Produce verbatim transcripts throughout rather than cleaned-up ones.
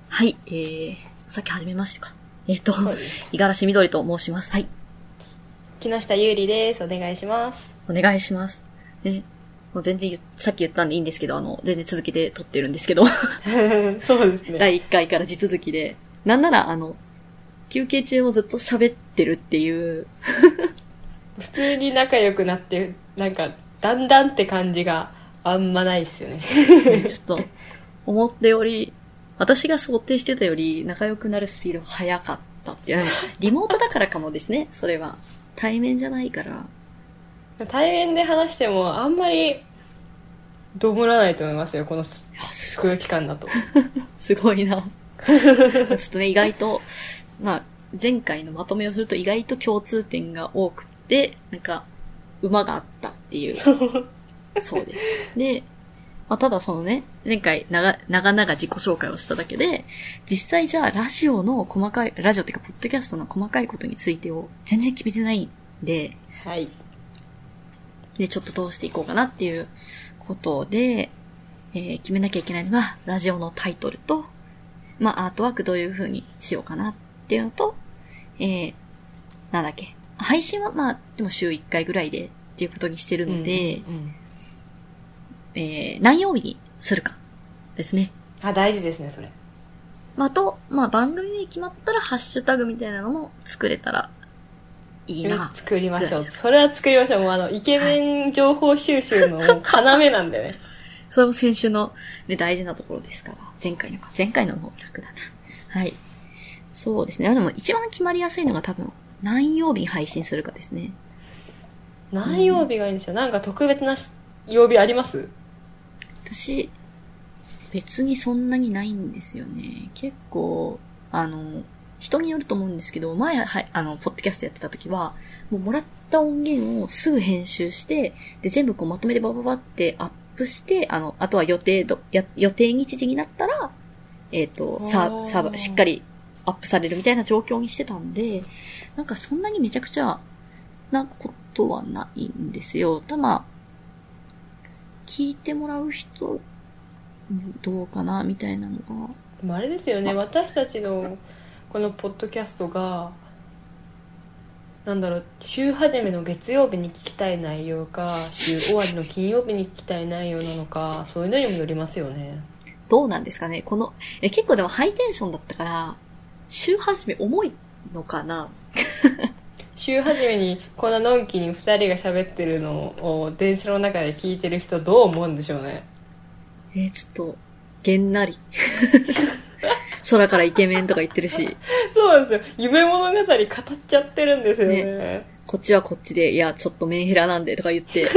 はい、えー、さっき始めましたか。えっと、五十嵐みどりと申します。はい。 木下ゆうりです。お願いします。 お願いします。ね、もう全然さっき言ったんでいいんですけど、あの、全然続きで撮ってるんですけど。 そうですね。 だいいっかいから地続きで。なんなら、あの、休憩中もずっと喋ってるっていう。 普通に仲良くなって、なんか、だんだんって感じがあんまないっすよね。 ねちょっと、思ったより、私が想定してたより仲良くなるスピードが速かったっていう。リモートだからかもですね、それは。対面じゃないから。 対面で話してもあんまりどもらないと思いますよ、この空気感だと。 すごいな。ちょっとね、意外と、まあ、前回のまとめをすると意外と共通点が多くて、なんか、馬があったっていう。そうです。で、まあ、ただそのね、前回長、長々自己紹介をしただけで、実際じゃあラジオの細かい、ラジオっていうか、ポッドキャストの細かいことについてを全然決めてないんで、 はい。 で、ちょっとどうしていこうかなっていうことで、えー、決めなきゃいけないのが、ラジオのタイトルと、まあ、アートワークどういう風にしようかなっていうのと、えー、なんだっけ。配信はまあ、でも週いっかいぐらいでっていうことにしてるので、うんうんうん、えー、何曜日にするかですね。 あ、大事ですね、それ。 まあ、あと、まあ、番組名決まったらハッシュタグみたいなのも作れたらいいな。 作りましょう。それは作りましょう。もうあの、イケメン情報収集の要なんでね。 それも先週のね、大事なところですから。前回のか。前回の方が楽だな。はい。そうですね。でも一番決まりやすいのが多分、何曜日に配信するかですね。 何曜日がいいんですよ。うん、なんか特別な曜日あります？ 私、別にそんなにないんですよね。結構、あの、人によると思うんですけど、前、はい、あの、ポッドキャストやってた時は、もうもらった音源をすぐ編集して、で、全部こうまとめてバババってアップして、あの、あとは予定ど、や、予定日時になったら、えっと、サー、サーバー、しっかりアップされるみたいな状況にしてたんで、なんかそんなにめちゃくちゃなことはないんですよ。ただまあ、聞いてもらう人、どうかなみたいなのが。 でもあれですよね、私たちのこのポッドキャストがなんだろう、週始めの月曜日に聞きたい内容か週終わりの金曜日に聞きたい内容なのか、そういうのにもよりますよね。 どうなんですかね、このえ結構でもハイテンションだったから週始め重いのかな。 週始めにこんなのんきにふたりが喋ってるのを電車の中で聞いてる人どう思うんでしょうね。 えー、ちょっとげんなり空からイケメンとか言ってるし。 そうですよ、夢物語語っちゃってるんですよ ね, ね。こっちはこっちで、いやちょっとメンヘラなんでとか言って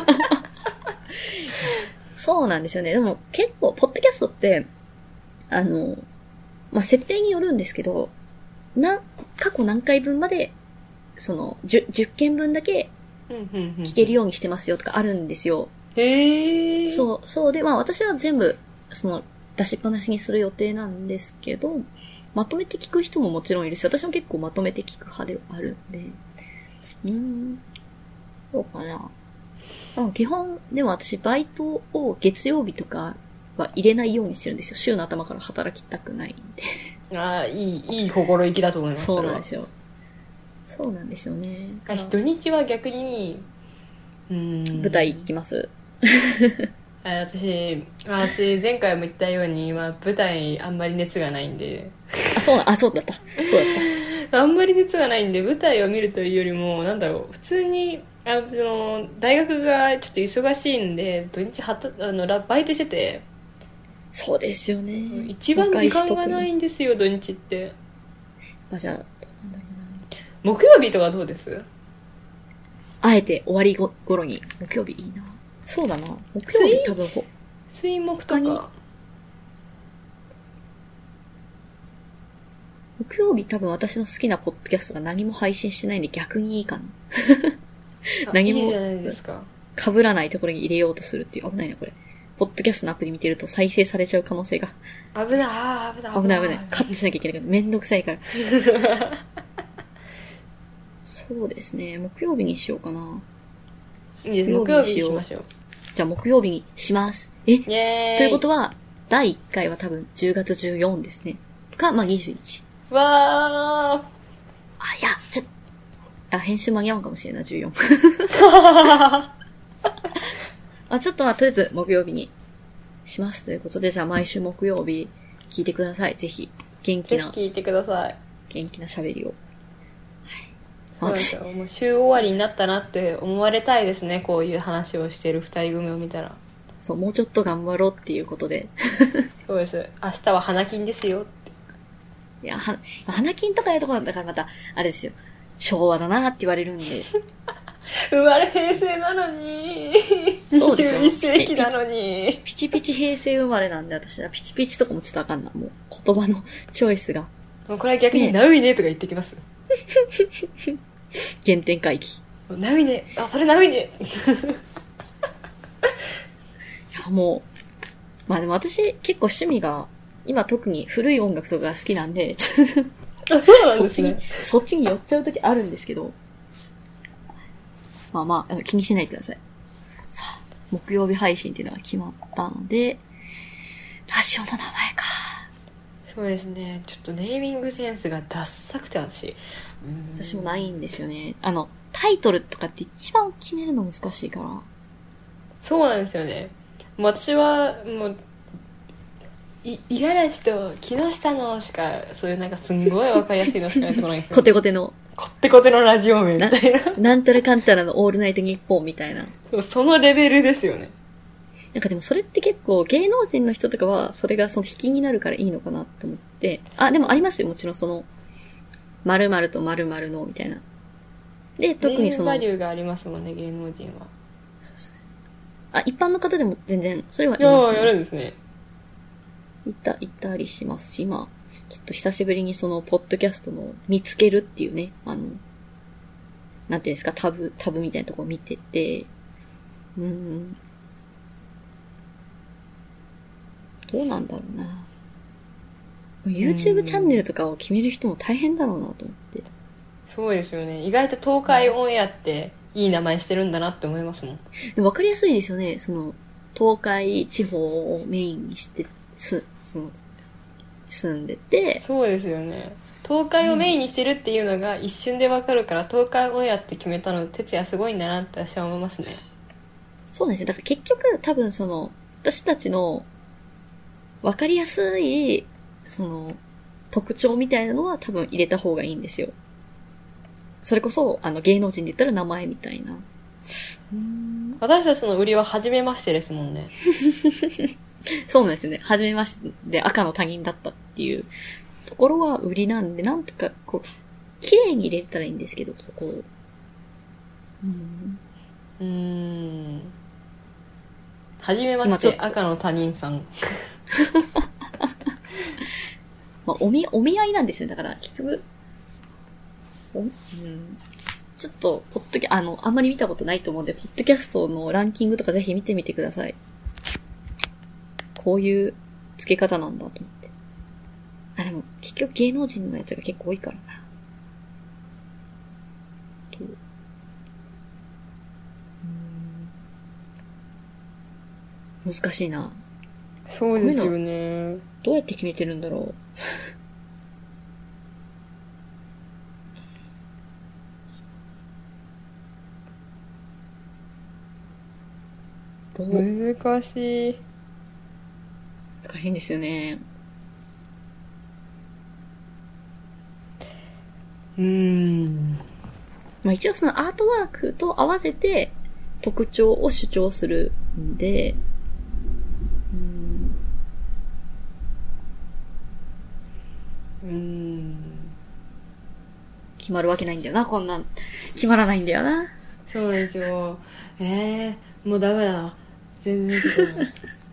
そうなんですよね。でも結構ポッドキャストってあのまあ、設定によるんですけど、な過去何回分までその 10, じゅっけんぶんだけ聞けるようにしてますよとかあるんですよ。 へー。 そうそうで、まあ私は全部その出しっぱなしにする予定なんですけど、まとめて聞く人ももちろんいるし、私も結構まとめて聞く派ではあるんで、うーん、どうかな。基本、でも私バイトを月曜日とかは入れないようにしてるんですよ。週の頭から働きたくないんで。 ああ、いい、いい心意気だと思います。 そうなんですよ。そうなんですよね。 土日は逆に、 うーん、舞台行きますあ私, 私前回も言ったように、まあ、舞台あんまり熱がないんであ、そうな、あ、そうだった。そうだったあんまり熱がないんで、舞台を見るというよりもなんだろう、普通にあのその大学がちょっと忙しいんで土日はたあのバイトしてて。 そうですよね。 一番時間がないんですよ土日って。 まあ、じゃあどうなんだろうな、木曜日とかどうです？ あえて終わりご頃に木曜日いいな。そうだな。木曜日多分水木とか木曜日多分私の好きなポッドキャストが何も配信してないんで逆にいいかな。何も被らないところに入れようとするっていう。危ないなこれ。ポッドキャストのアプリ見てると再生されちゃう可能性が。 危ない、あ危ない危ない危ない。カットしなきゃいけないからめんどくさいから。そうですね。木曜日にしようかな。 いいです、木曜日にしましょう。 じゃあ木曜日にします。え、ということはだいいっかいは多分じゅうがつじゅうよっかですね。か、まあ、にじゅういち。 わー。 あ、いや、ちょっと、あ、編集間に合うかもしれんない、じゅうよん。あ、ちょっとまあ、とりあえず木曜日にしますということで、じゃあ毎週木曜日聞いてください。ぜひ、元気ぜな、 ひ聞いてください。 元気な喋りを。 そうですよ。もう週終わりになったなって思われたいですね。こういう話をしてる二人組を見たら。 そう、もうちょっと頑張ろうっていうことで。 そうです。明日は花金ですよって。 いや、は、花金とかいうところだからまた、あれですよ。昭和だなって言われるんで。 生まれ平成なのに。 そうですよ。 にじゅういっ世紀なのに。 ピチピチ平成生まれなんで、私はピチピチとかもちょっとあかんな。もう言葉のチョイスが。 もうこれは逆にナウイネとか言ってきます。 原点回帰。 ナウイネ。あ、それナウイネ。 いや、もう、まあでも私結構趣味が、今特に古い音楽とかが好きなんで、 あ、そうなんですね。 そっちに、そっちに寄っちゃうときあるんですけど、まあまあ、気にしないでください。さあ、木曜日配信っていうのが決まったので、ラジオの名前か。 そうですね。ちょっとネーミングセンスがダッサくて私。 私もないんですよね。あの、タイトルとかって一番決めるの難しいから。 そうなんですよね。もう私は、もう、い、五十嵐と木下のしか、そういうなんかすんごいわかりやすいのしか出てこないんですよ。 コテコテの。 コテコテのラジオ名みたいな。 なんたらかんたらのオールナイトニッポンみたいな。 そのレベルですよね。 なんかでもそれって結構芸能人の人とかはそれがその引きになるからいいのかなと思って。あ、でもありますよ。もちろんその、〇〇と〇〇のみたいな。で、特にその。 ネームバリューがありますもんね、芸能人は。 そうそうです。あ、一般の方でも全然、それはいますね。 やるんですね。 いた、いたりしますし、まあ、ちょっと久しぶりにその、ポッドキャストの見つけるっていうね、あの、なんていうんですか、タブ、タブみたいなところ見てて、うーん。どうなんだろうな。YouTube チャンネルとかを決める人も大変だろうなと思って。 そうですよね。意外と東海オンエアっていい名前してるんだなって思いますもん。 でも分かりやすいですよね。その、東海地方をメインにして、す、その、住んでて。 そうですよね。東海をメインにしてるっていうのが一瞬で分かるから、東海オンエアって決めたの哲也すごいんだなって私は思いますね。 そうなんですよ。だから結局多分その、私たちの分かりやすい、その、特徴みたいなのは多分入れた方がいいんですよ。それこそ、あの、芸能人で言ったら名前みたいな。うーん、 私たちの売りは初めましてですもんね。 そうなんですよね。初めましてで赤の他人だったっていうところは売りなんで、なんとか、こう、綺麗に入れたらいいんですけど、そこを。うーん。 うーん。初めまして赤の他人さん。 まあ、お見、お見合いなんですよ。だから、結局、お、うん、ちょっと、ポッドキャ、あの、あんまり見たことないと思うんで、ポッドキャストのランキングとかぜひ見てみてください。こういう付け方なんだと思って。あ、でも、結局芸能人のやつが結構多いからな。と、うーん、難しいな。 そうですよね。 どうやって決めてるんだろう。 難しい。 難しいんですよね。 うーん。 まあ一応そのアートワークと合わせて特徴を主張するんで、うーん。 うーん。 決まるわけないんだよな、こんなん。決まらないんだよな。 そうですよ。えー、もうダメだ。全然違う。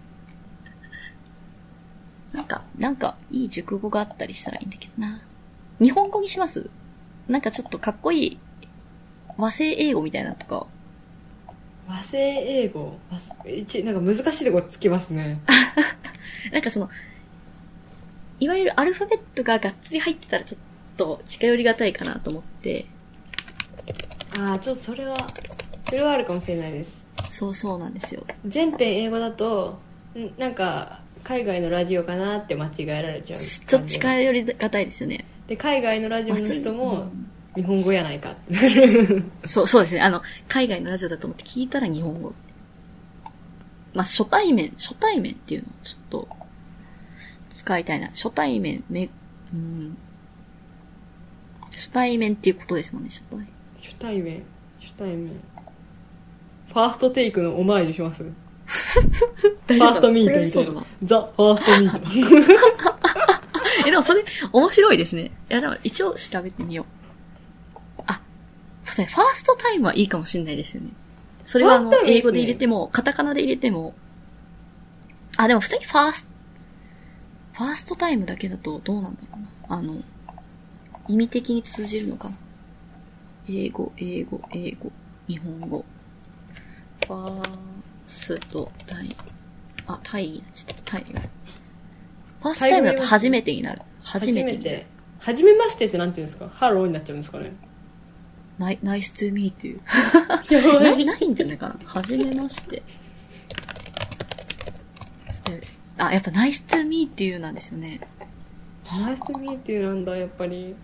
なんか、なんか、いい熟語があったりしたらいいんだけどな。日本語にします？なんかちょっとかっこいい和製英語みたいなとか。 和製英語一なんか難しいとこつきますね。 なんかその、いわゆるアルファベットががっつり入ってたらちょっと近寄りがたいかなと思って。 ああ、ちょっとそれは、それはあるかもしれないです。 そうそうなんですよ。 全編英語だと、んなんか、 海外のラジオかなって間違えられちゃう。 ちょっと近寄りがたいですよね。 で海外のラジオの人も日本語やないかってそうそうですね。あの海外のラジオだと思って聞いたら日本語。まあ初対面初対面っていうのをちょっと使いたいな。初対面めうん初対面っていうことですもんね。初対初対面初対面ファーストテイクのオマージュします。 大ファーストミートみたいな。ザ・ファーストミート。 え、でもそれ面白いですね。いや、でも一応調べてみよう。あ、ファーストタイムはいいかもしれないですよね。それはあの、英語で入れても、カタカナで入れても、あ、でも普通にファースト、ファーストタイムだけだとどうなんだろうな。あの、意味的に通じるのかな。英語、英語、英語、日本語。ファーストタイム。あ、タイになっちゃった。タイム。ファーストタイムだと初めてになる。初めてになる。 初めましてってなんて言うんですか？ハローになっちゃうんですかね？ ナイ、ナイストゥーミーという。 やばい。 な、ないんじゃないかな。初めまして。あ、やっぱナイストゥーミーっていうなんですよね。 ナイストゥーミーっていうなんだ、やっぱり。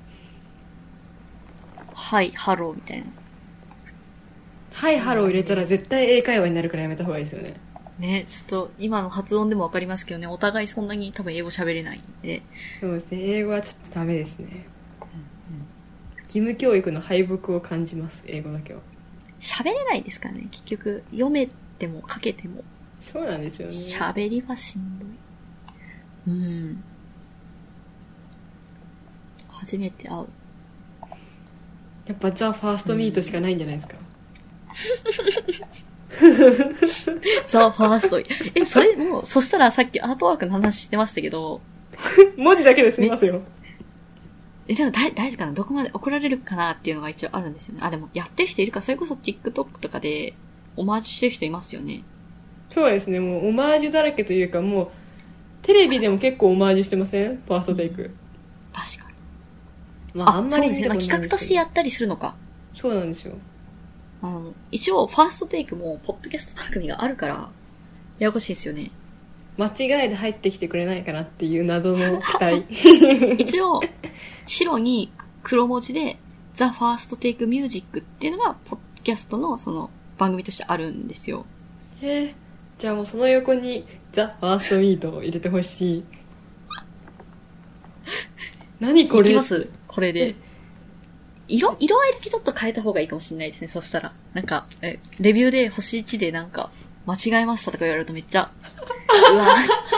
はい、ハローみたいな。 はい、ハロー入れたら絶対英会話になるからやめた方がいいですよね。 ね、ちょっと今の発音でもわかりますけどね、お互いそんなに多分英語喋れないんで。 そうですね、英語はちょっとダメですね。うんうん、義務教育の敗北を感じます、英語だけは。 喋れないですからね、結局。読めても書けても。 そうなんですよね。 喋りはしんどい。うん。初めて会う。 やっぱザ・ファーストミートしかないんじゃないですか。 ザ・ファースト。え、それもう、そしたらさっきアートワークの話してましたけど。 文字だけで済みますよ。 え、でも大丈夫かな、どこまで怒られるかなっていうのが一応あるんですよね。あ、でもやってる人いるか、それこそ TikTok とかでオマージュしてる人いますよね。 そうですね、もうオマージュだらけというか、もうテレビでも結構オマージュしてません？ファーストテイク。 確かに。 まあ、あんまりそうですね。まあ、企画としてやったりするのか。 そうなんですよ。 あの、一応、ファーストテイクも、ポッドキャスト番組があるから、ややこしいですよね。 間違いで入ってきてくれないかなっていう謎の期待。 一応、白に黒文字で、ザ・ファーストテイクミュージックっていうのが、ポッドキャストのその番組としてあるんですよ。 へえ。じゃあもうその横に、ザ・ファーストミートを入れてほしい。何これ？ いきますこれで。色、色合いだけちょっと変えた方がいいかもしれないですね。そしたら。なんか、え、レビューで星いちでなんか、間違えましたとか言われるとめっちゃ、うわ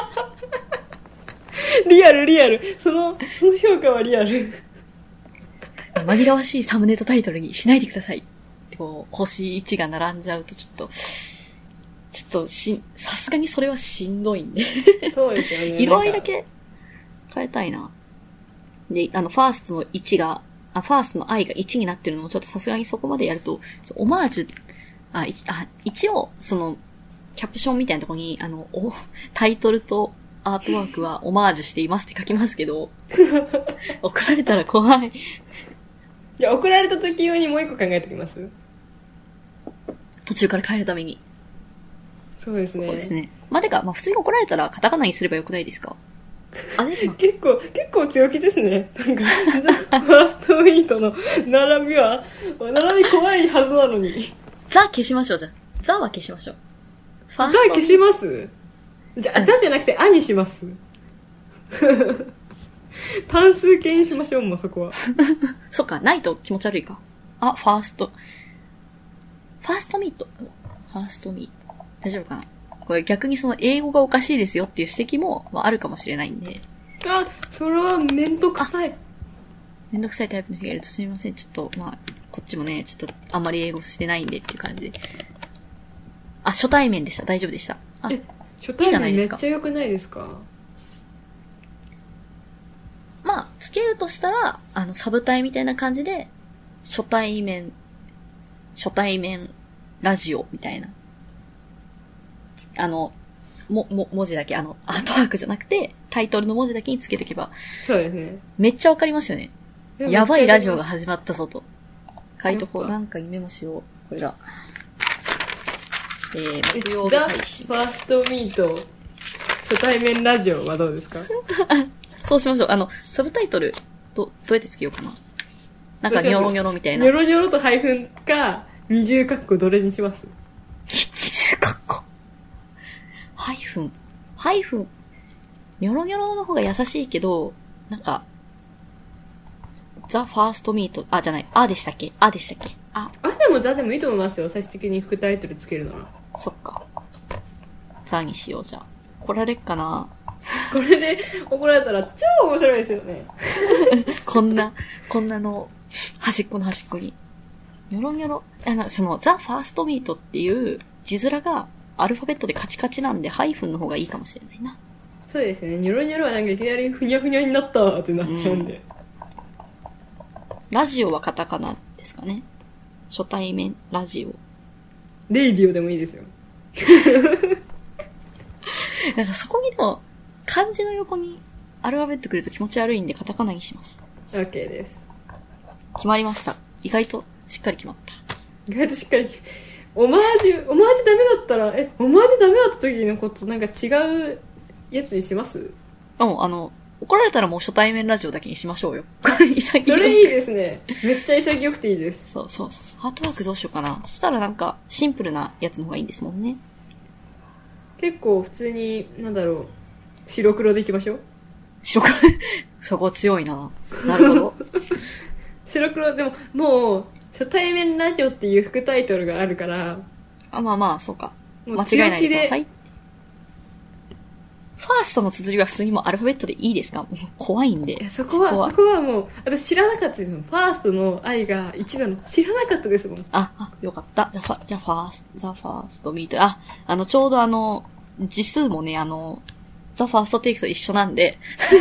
リアルリアル。その、その評価はリアル。 紛らわしいサムネとタイトルにしないでください。ってこう、星いちが並んじゃうとちょっと、ちょっとし、さすがにそれはしんどいんで。 そうですよね。 色合いだけ変えたいな。で、あの、ファーストのいちが、あ、ファーストの I がいちになってるのもちょっとさすがにそこまでやると、オマージュ、あ、いあ一応、その、キャプションみたいなところに、あの、お、タイトルとアートワークはオマージュしていますって書きますけど、怒られたら怖い。 じゃあ、送られた時用にもう一個考えておきます？ 途中から帰るために。 そうですね。 そうですね。まあ、てか、まあ、普通に怒られたらカタカナにすればよくないですか？あれ、まあ、 結構、結構強気ですね。なんか、ファーストミートの並びは、並び怖いはずなのに。 ザ消しましょう、じゃあ。ザは消しましょう。 ファーストザ消しますじゃ、うん、ザじゃなくて、アにします。単数形にしましょう、もうそこは。そっか、ないと気持ち悪いか。あ、ファースト。ファーストミート。ファーストミート。大丈夫かな？これ逆にその英語がおかしいですよっていう指摘も、まあ、あるかもしれないんで。 あ、それはめんどくさい。 めんどくさいタイプの人がいるとすみません。ちょっと、まあ、こっちもね、ちょっとあんまり英語してないんでっていう感じで。あ、初対面でした。大丈夫でした。あ、 え、初対面めっちゃ良くないですか？ まあ、つけるとしたら、あの、サブタイみたいな感じで、初対面、初対面ラジオみたいな。あの、も、も、文字だけ、あの、アートワークじゃなくて、タイトルの文字だけにつけとけば。 そうですね。 めっちゃわかりますよね。やばいラジオが始まったぞと。書いとこう。なんかにメモしよう。これだ。えー、木曜日配信。 ザ・ファーストミート、 初対面ラジオはどうですか？ そうしましょう。あの、サブタイトル、ど、どうやってつけようかな。なんかニョロニョロみたいな。 ニョロニョロとハイフンか、二重括弧どれにします？ 二重括弧。ハイフン。ハイフン。ニョロニョロの方が優しいけど、なんか、ザ・ファーストミート、あ、じゃない、あでしたっけあでしたっけあ。 あ、でもザでもいいと思いますよ。最終的に副タイトルつけるなら。 そっか。ザにしよう、じゃあ。来られっかな。 これで怒られたら超面白いですよね。 こんな、こんなの、端っこの端っこに。ニョロニョロ。あの、その、ザ・ファーストミートっていう字面がアルファベットでカチカチなんで、ハイフンの方がいいかもしれないな。 そうですね。ニョロニョロはなんかいきなりふにゃふにゃになったってなっちゃうんで。 うん、ラジオはカタカナですかね。初対面ラジオ。 レイディオでもいいですよ。 なんかそこにでも、漢字の横にアルファベット来ると気持ち悪いんでカタカナにします。 OK です。 決まりました。意外としっかり決まった。 意外としっかり。オマージュ、オマージュダメだったら、え、オマージュダメだった時のことなんか違うやつにします？ あ、もうあの、怒られたらもう初対面ラジオだけにしましょうよ。潔それいいですね。めっちゃ潔くていいです。 そうそうそう。ハートワークどうしようかな。そしたらなんかシンプルなやつの方がいいんですもんね。 結構普通に、なんだろう、白黒でいきましょう。 白黒そこ強いな。なるほど。 白黒、でももう、初対面ラジオっていう副タイトルがあるから。 あ、まあまあ、そうか。 間違えないでください。ファーストの綴りは普通にもうアルファベットでいいですか？もう怖いんで。 いやそこは、そこは、そこはもう、私知らなかったですもん。ファーストの愛がいちなの。知らなかったですもん。 あ、あ、よかった。じゃあ、じゃあファースト、ザ・ファーストミート。あ、あの、ちょうどあの、字数もね、あの、ザ・ファーストテイクと一緒なんで。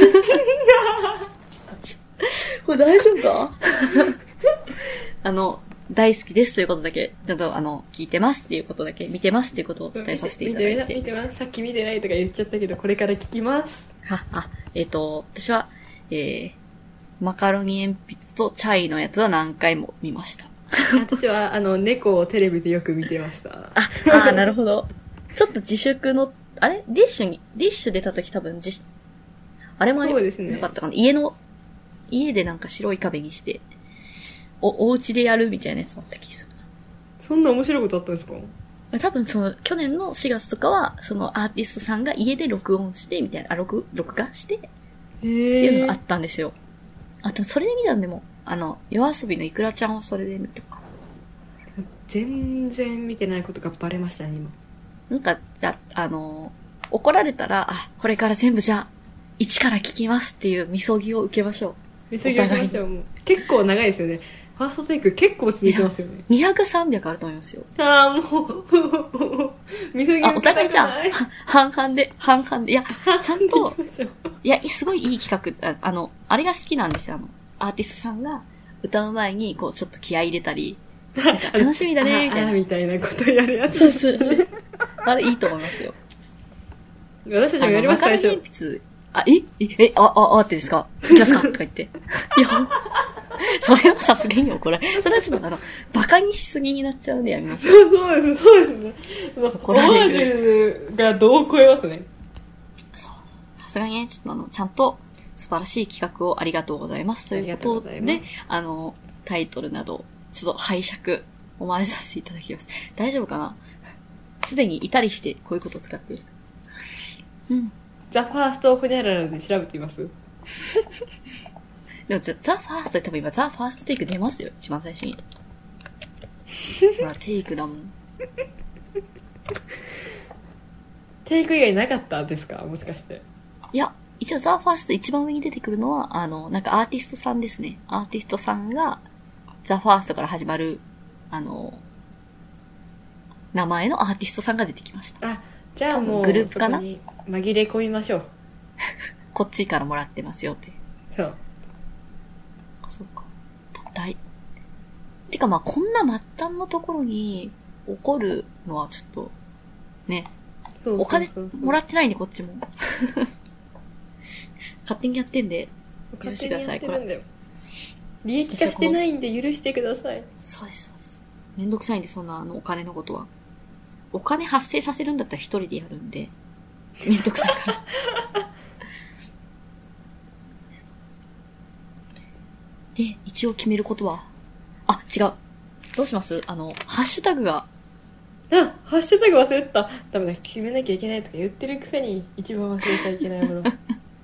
これ大丈夫か？あの、大好きですということだけ、ちゃんとあの、聞いてますっていうことだけ、見てますっていうことを伝えさせていただいて。 見て、見てます。さっき見てないとか言っちゃったけど、これから聞きます。 は、あ、えっと、私は、えー、マカロニ鉛筆とチャイのやつは何回も見ました。 私は、あの、猫をテレビでよく見てました。 あ、あーなるほど。ちょっと自粛の、あれディッシュに、ディッシュ出た時多分自、あれもありなかったかな、ね、家の、家でなんか白い壁にして、お、お家でやるみたいなやつもあった気がするな。 そんな面白いことあったんですか？ 多分その、去年のしがつとかは、そのアーティストさんが家で録音して、みたいな、あ、録、録画して、っていうのがあったんですよ。あ、でもそれで見たんでも、あの、夜遊びのイクラちゃんをそれで見たか。 全然見てないことがバレましたね、今。 なんか、じゃあ、あの、怒られたら、あ、これから全部じゃあ、一から聞きますっていうみそぎを受けましょう。 みそぎを受けましょう。もう結構長いですよね。ファーストテイク結構続いてますよね。 にひゃく、さんびゃくあると思いますよ。 ああ、もう、みそぎを受けたくない。 あ、お互いじゃあ、半々で、半々で。いや、ちゃんと、いや、すごいいい企画、あ, あの、あれが好きなんですよ。あの、アーティストさんが歌う前に、こう、ちょっと気合い入れたり、なんか楽しみだね、みたいな。 みたいなことやるやつ。 そうそうそう。あれいいと思いますよ。 私たちもやります、最初。 マカロニ鉛筆、あ、ええ、え、あ、あ、あってですかいきますかとか言って。いや、それはさすがに怒られ。それはちょっとあの、バカにしすぎになっちゃうんでやめましょう。 そうです、そうですね。オマージュがどう超えますね。 そう。さすがにね、ちょっとあの、ちゃんと素晴らしい企画をありがとうございますということで、あの、タイトルなど、ちょっと拝借、お回りさせていただきます。大丈夫かな？すでにいたりして、こういうことを使っていると。うん。 ザ・ファースト・ホニャララで調べてみます？ でもザ・ザ・ファーストで多分今ザ・ファーストテイク出ますよ、一番最初に。ほら、テイクだもん。 テイク以外なかったですか？もしかして。 いや、一応ザ・ファースト一番上に出てくるのは、あの、なんかアーティストさんですね。アーティストさんが、ザ・ファーストから始まる、あの、名前のアーティストさんが出てきました。 あ、じゃあもう、 グループかな？ そこに紛れ込みましょう。 こっちからもらってますよって。 そう。 そうか。大。てかまあこんな末端のところに起こるのはちょっと、ね。 そうそうそうそう、 お金もらってないんでこっちも。勝手にやってんで、許してください、これ。 利益化してないんで許してください。 そうです、そうです。めんどくさいんで、そんなあのお金のことは。お金発生させるんだったら一人でやるんで。 めんどくさいから。で、一応決めることは、あ、違う。どうします？あの、ハッシュタグが。 あ、ハッシュタグ忘れてた。ダメだ、決めなきゃいけないとか言ってるくせに一番忘れちゃいけないもの。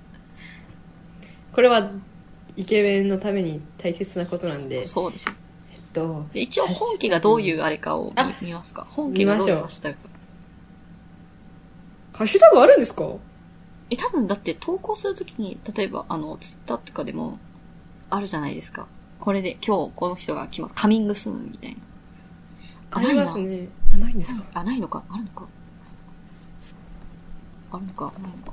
これはイケメンのために大切なことなんで。 そうでしょ。 えっと、 で一応本家がどういうあれかを 見, 見ますか。本家がどういうハッシュタグか。 ハッシュタグあるんですか？ え、多分だって投稿するときに、例えばあの、ツイッターとかでもあるじゃないですか。これで今日この人が来ます。カミングスーンみたいな。 ありますね。あ、ないんですか？ あ、ないのか。あるのか。あるのか。ないのか。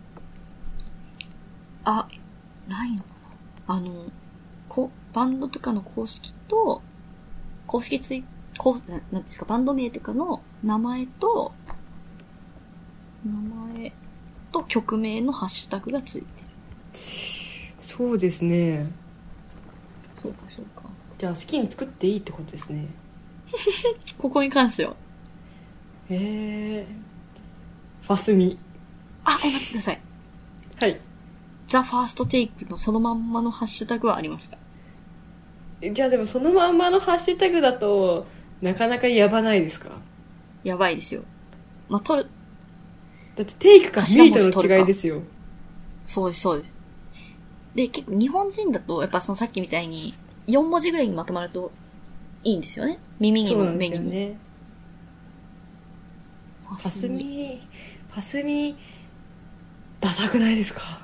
あ、ないのかな。あの、こ、バンドとかの公式と、公式ツイ、こう、な、なんですか、バンド名とかの名前と、名前と曲名のハッシュタグがついてる。 そうですね。 そうか、そうか。 じゃあ好きに作っていいってことですね。 ここに関しては。 へー。ファスミ。 あ、え、待ってください。 はい。 ザ・ファーストテイクのそのまんまのハッシュタグはありました。 じゃあでもそのまんまのハッシュタグだとなかなかやばないですか？ やばいですよ。まあ、取る。 だってテイクかミートの違いですよ。 そうです、そうです。で、結構日本人だと、やっぱそのさっきみたいによん文字ぐらいにまとまるといいんですよね。耳にも目にも。そうなんですよね。 パスミ、パスミ、ダサくないですか？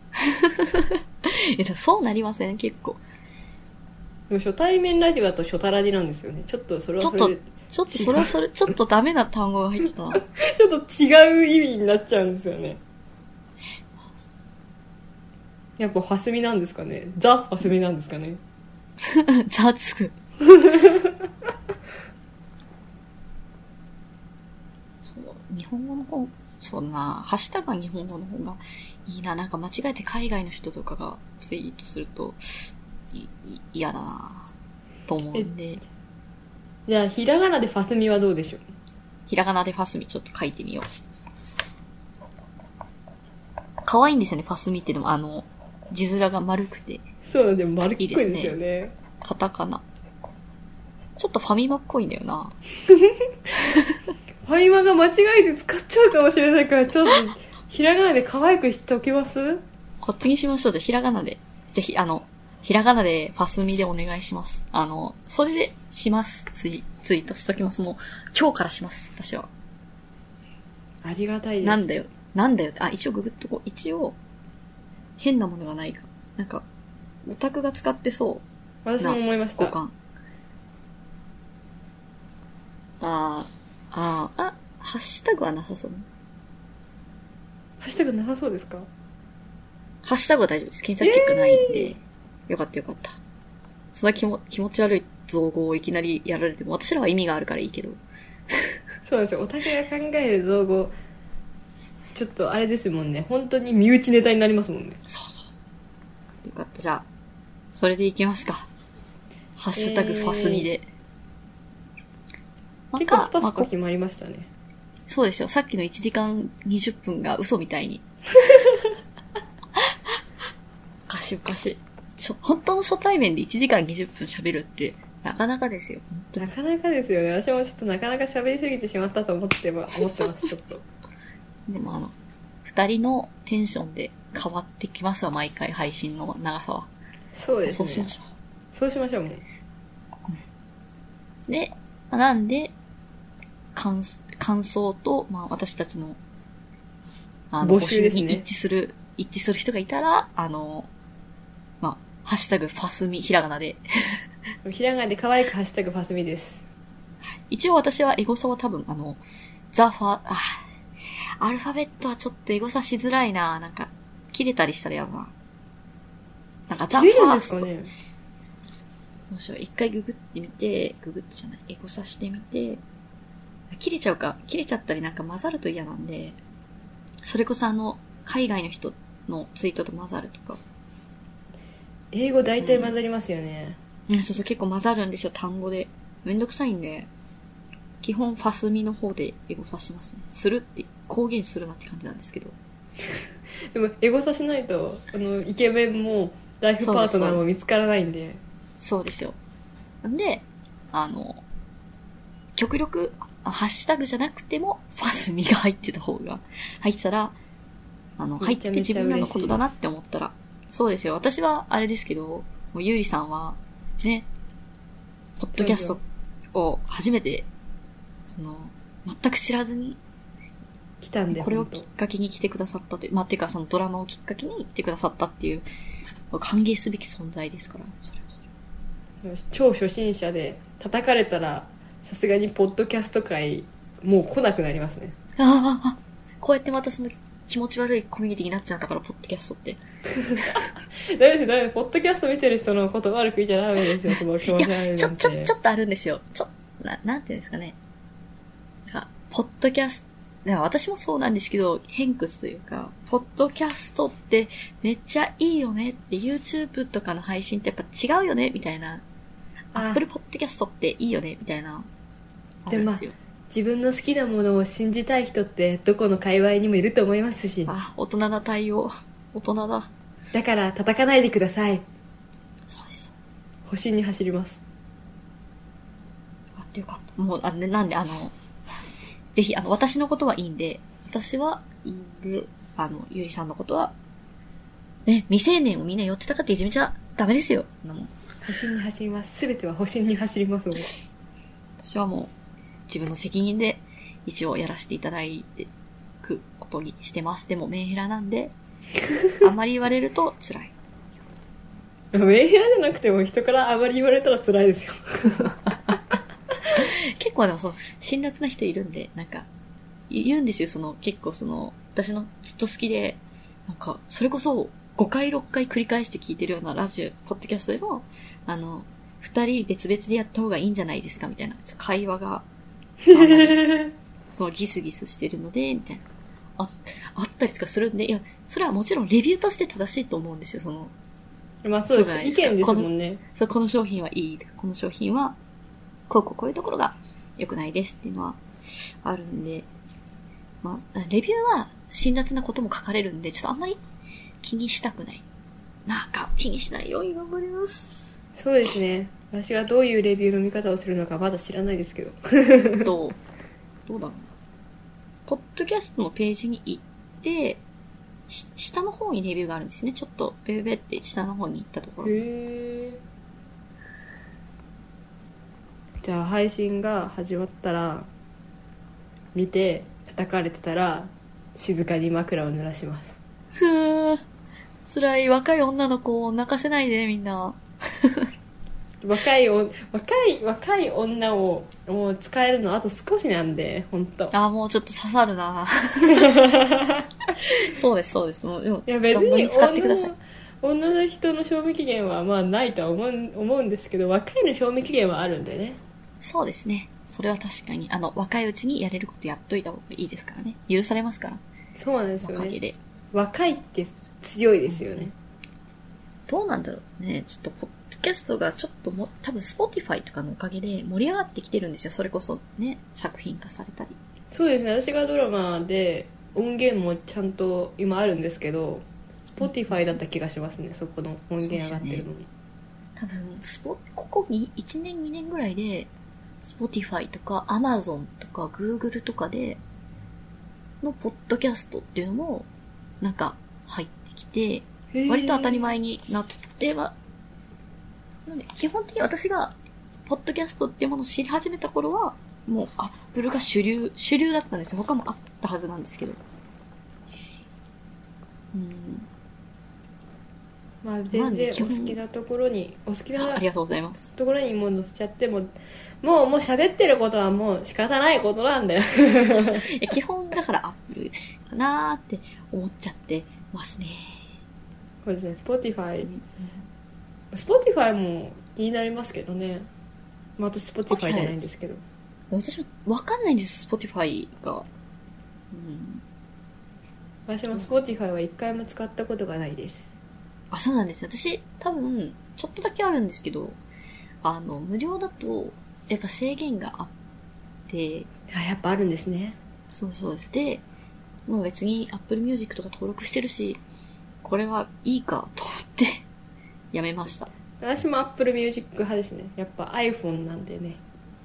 えっと、そうなりません、結構。 でも初対面ラジオだと初タラジなんですよね。ちょっとそれはそれで。 ちょっと、ちょっとそれはそれ、ちょっとダメな単語が入っちゃったな。 ちょっと違う意味になっちゃうんですよね。やっぱファスミなんですかね。ザ・ファスミなんですかね。 ザつく。そう、日本語の方、そうだな、ハッシュタグは日本語の方がいいな。なんか間違えて海外の人とかがツイートすると、嫌だなと思うんで。 じゃあ、ひらがなでファスミはどうでしょう？ ひらがなでファスミちょっと書いてみよう。可愛いんですよね、ファスミってでも、あの、字面が丸くて。 そうなんでも丸っこいですよね。いいですね。 カタカナ。ちょっとファミマっぽいんだよな。 ファミマが間違えて使っちゃうかもしれないから、ちょっと、ひらがなで可愛くしておきます？ こっちにしましょう。じゃあ、ひらがなで。じゃあ、ひ、あの、ひらがなでファスミでお願いします。あの、それでします。ツイ、ツイートしときます。もう、今日からします。私は。 ありがたいです。 なんだよ。なんだよって。あ、一応ググっとこう。一応、変なものがないか。なんか、オタクが使ってそう。 私も思いました。 交換。あー、あー、あ、ハッシュタグはなさそう、ね。 ハッシュタグなさそうですか？ ハッシュタグは大丈夫です。検索結果ないんで。えー、よかったよかった。そんな気も気持ち悪い造語をいきなりやられても、私らは意味があるからいいけど。 そうなんですよ。オタクが考える造語、ちょっとあれですもんね。本当に身内ネタになりますもんね。 そうそう。よかった。じゃあ、それでいきますか。ハッシュタグファスミで。えーま、結構スパスパ決まりましたね、まあ、そうですよ。さっきのいちじかんにじゅっぷんが嘘みたいに。おかしいおかしい。本当の初対面でいちじかんにじゅっぷん喋るってなかなかですよ。 なかなかですよね。私もちょっとなかなか喋りすぎてしまったと思ってば思ってますちょっと。 でもあの二人のテンションで変わってきますわ、毎回配信の長さは。 そうですね。 そうしましょう。そうしましょうもう。 うん、で、まあ、なんで感感想とまあ私たちのあの募集に一致する、一致する人がいたらあの。まあ、ハッシュタグファスミ、ひらがなで。 ひらがなで可愛くハッシュタグファスミです。 一応私はエゴサは多分、あの、ザファ、あ、アルファベットはちょっとエゴサしづらいな。なんか、切れたりしたらやだな。なんかザファースト。ね、どうしよう。一回ググってみて、ググってじゃない、エゴサしてみて、切れちゃうか、切れちゃったりなんか混ざると嫌なんで、それこそあの、海外の人のツイートと混ざるとか、 英語大体混ざりますよね、 うん、うん、そうそう、結構混ざるんですよ、単語で。めんどくさいんで、基本ファスミの方でエゴサしますね。するって公言するなって感じなんですけど。 でもエゴサしないとあのイケメンもライフパートナーも見つからないんで。 そうですよ。なんで、あの、極力、ハッシュタグじゃなくても、ファスミが入ってた方が、入ってたら、あの、入ってて自分らのことだなって思ったら、そうですよ。私はあれですけど、もうゆうりさんは、ね、ポッドキャストを初めて、その、全く知らずに、 来たんで、 これをきっかけに来てくださったという、まあ、ていうかそのドラマをきっかけに来てくださったっていう、歓迎すべき存在ですから、それはそれ。 超初心者で叩かれたら、さすがにポッドキャスト界、もう来なくなりますね。 ああ、あ、こうやってまたその気持ち悪いコミュニティになっちゃったから、ポッドキャストって。 ダメです、ダメです。ポッドキャスト見てる人のこと悪く言っちゃダメですよ、その気持ち悪いなんて。 ちょ、ちょ、ちょっとあるんですよ。ちょ、な、なんていうんですかね。なんか、ポッドキャスト、私もそうなんですけど、偏屈というか、ポッドキャストってめっちゃいいよねって、YouTube とかの配信ってやっぱ違うよねみたいな。Apple Podcast っていいよねみたいな。 でもまあ、自分の好きなものを信じたい人ってどこの界隈にもいると思いますし。 あ、大人な対応。大人だ。 だから叩かないでください。 そうです。 保身に走ります。 よかったよかった。もう、あ、ね、なんであの、ぜひ、あの、私のことはいいんで、私はいいんで、あの、ゆりさんのことは、ね、未成年をみんな寄ってたかっていじめちゃダメですよ。なもん。 保身に走ります。すべては保身に走りますもん。 私はもう、自分の責任で一応やらせていただいてくことにしてます。でもメンヘラなんで、あんまり言われると辛い。 メンヘラじゃなくても人からあまり言われたら辛いですよ。 結構でもそう、辛辣な人いるんで、なんか、言うんですよ、その、結構その、私のずっと好きで、なんか、それこそごかいろっかい繰り返して聞いてるようなラジオ、ポッドキャストでも、あの、二人別々でやった方がいいんじゃないですかみたいな、会話が、そのギスギスしてるので、みたいな。あ、あったりとかするんで、いや、それはもちろんレビューとして正しいと思うんですよ、その。 まあそうです。意見ですもんね。 そう、この商品はいい。この商品は、こうこうこういうところが良くないですっていうのはあるんで、まあ、レビューは辛辣なことも書かれるんで、ちょっとあんまり気にしたくない。なんか気にしないように頑張ります。 そうですね。私がどういうレビューの見方をするのかまだ知らないですけど。 どうどうだろうな。ポッドキャストのページに行って、下の方にレビューがあるんですね。ちょっとベベベって下の方に行ったところ。へー。 じゃあ配信が始まったら見て叩かれてたら静かに枕を濡らします。 ふー、辛い。若い女の子を泣かせないでみんな。 若いお若い若い女をもう使えるのあと少しなんで本当。 あ、もうちょっと刺さるな。そうですそうです。もうでもいや別に使ってください。 女の人の賞味期限はまあないとは思う、思うんですけど、若いの賞味期限はあるんでね。 そうですね。それは確かに、あの、若いうちにやれることやっといた方がいいですからね。許されますから。 そうなんですよね。 おかげで。 若いって強いですよね。 どうなんだろうね。ちょっと、ポッドキャストがちょっとも、多分、Spotify とかのおかげで盛り上がってきてるんですよ。それこそね、作品化されたり。 そうですね。私がドラマで音源もちゃんと今あるんですけど、Spotify だった気がしますね。そこの音源上がってるのに。 多分、スポ、ここにいちねんにねんぐらいで、Spotify とか Amazon とか Google とかでのポッドキャストっていうのもなんか入ってきて割と当たり前になっては、なんで基本的に私がポッドキャストっていうものを知り始めた頃はもう Apple が主流主流だったんですよ。他もあったはずなんですけど、うん、 まあ全然お好きなところにお好きなありがとうございますところにもう載せちゃってももうもう喋ってることはもう仕方ないことなんだよ。 基本だからアップルかなーって思っちゃってますね。 そうですね。Spotify、うん、Spotify も気になりますけどね。まあ、私 Spotify じゃないんですけど。 私も分かんないんです Spotify が。うん。 私も Spotify は一回も使ったことがないです。 あ、そうなんですよ。私多分ちょっとだけあるんですけど、あの無料だと。やっぱ制限があって、 あ、やっぱあるんですね。 そうそうです。で、 もう別に Apple Music とか登録してるし、これはいいかと思ってやめました。 私も Apple Music 派ですね。やっぱ iPhone なんでね。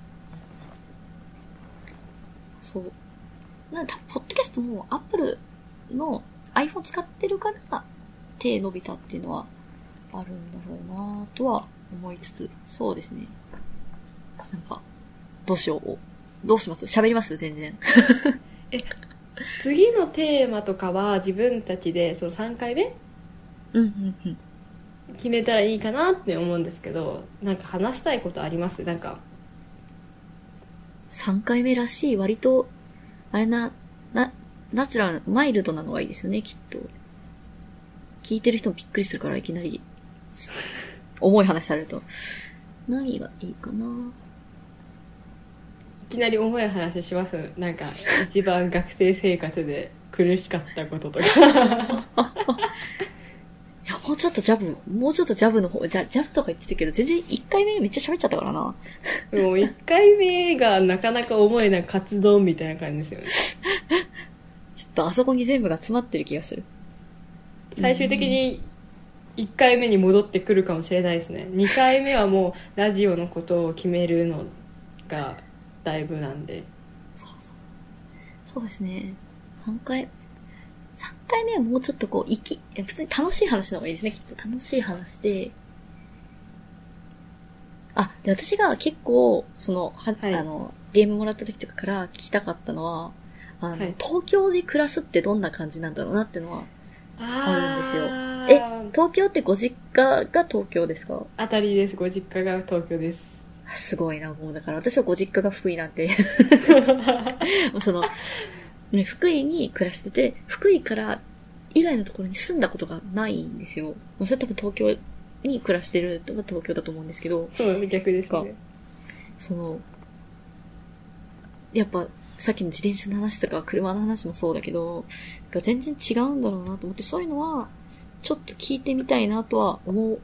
そう。なんかポッドキャストも Apple の iPhone 使ってるから手伸びたっていうのはあるんだろうなとは思いつつ、そうですね。なんか、どうしよう。どうします？喋ります？全然。 え、次のテーマとかは自分たちでそのさんかいめうんうんうん。 決めたらいいかなって思うんですけど、なんか話したいことあります？なんかさんかいめらしい、割と、あれな、な、ナチュラル、マイルドなのがいいですよね、きっと。聞いてる人もびっくりするから、いきなり、重い話されると。何がいいかな。 いきなり重い話します。なんか一番学生生活で苦しかったこととか。 いや、もうちょっとジャブ、もうちょっとジャブの方、じゃ、ジャブとか言ってたけど、全然いっかいめめっちゃ喋っちゃったからな。 もういっかいめがなかなか重いな、カツ丼みたいな感じですよね。 ちょっとあそこに全部が詰まってる気がする。 最終的にいっかいめに戻ってくるかもしれないですね。にかいめはもうラジオのことを決めるのがだいぶなんで。 そうそう。そうですね。さんかい、さんかいめはもうちょっとこう、生き、普通に楽しい話の方がいいですね。きっと楽しい話で。あ、で、私が結構、その、は、はい、あの、ゲームもらった時とかから聞きたかったのは、あの、はい、東京で暮らすってどんな感じなんだろうなっていうのは、あるんですよ。え、東京ってご実家が東京ですか？ 当たりです。ご実家が東京です。 すごいな、もうだから私はご実家が福井なんて。もうその、ね、福井に暮らしてて、福井から以外のところに住んだことがないんですよ。それ多分東京に暮らしてるのが東京だと思うんですけど。 そう、逆ですね。 その、やっぱさっきの自転車の話とか車の話もそうだけど、全然違うんだろうなと思って、そういうのはちょっと聞いてみたいなとは思って。